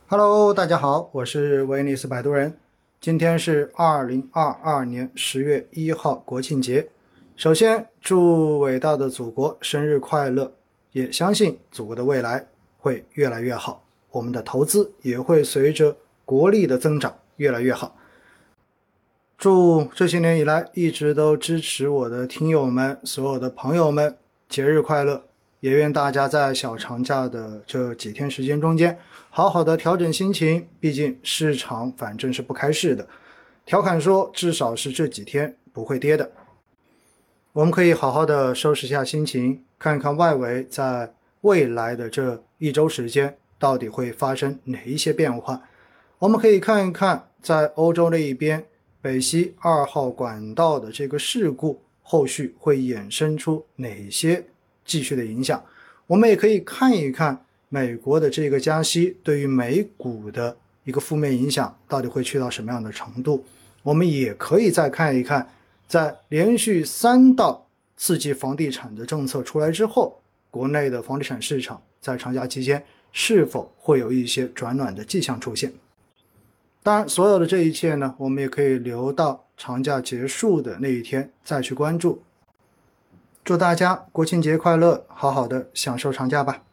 Hello，大家好，我是威尼斯摆渡人。今天是2022年10月1号国庆节。首先，祝伟大的祖国生日快乐，也相信祖国的未来会越来越好，我们的投资也会随着国力的增长越来越好。祝这些年以来一直都支持我的听友们、所有的朋友们节日快乐！也愿大家在小长假的这几天时间中间，好好的调整心情，毕竟市场反正是不开市的。调侃说，至少是这几天不会跌的。我们可以好好的收拾下心情，看看外围在未来的这一周时间到底会发生哪一些变化。我们可以看一看在欧洲那一边北溪2号管道的这个事故后续会衍生出哪些继续的影响。我们也可以看一看美国的这个加息对于美股的一个负面影响到底会去到什么样的程度。我们也可以再看一看在连续3道刺激房地产的政策出来之后，国内的房地产市场在长假期间是否会有一些转暖的迹象出现。当然，所有的这一切呢，我们也可以留到长假结束的那一天再去关注。祝大家国庆节快乐，好好的享受长假吧。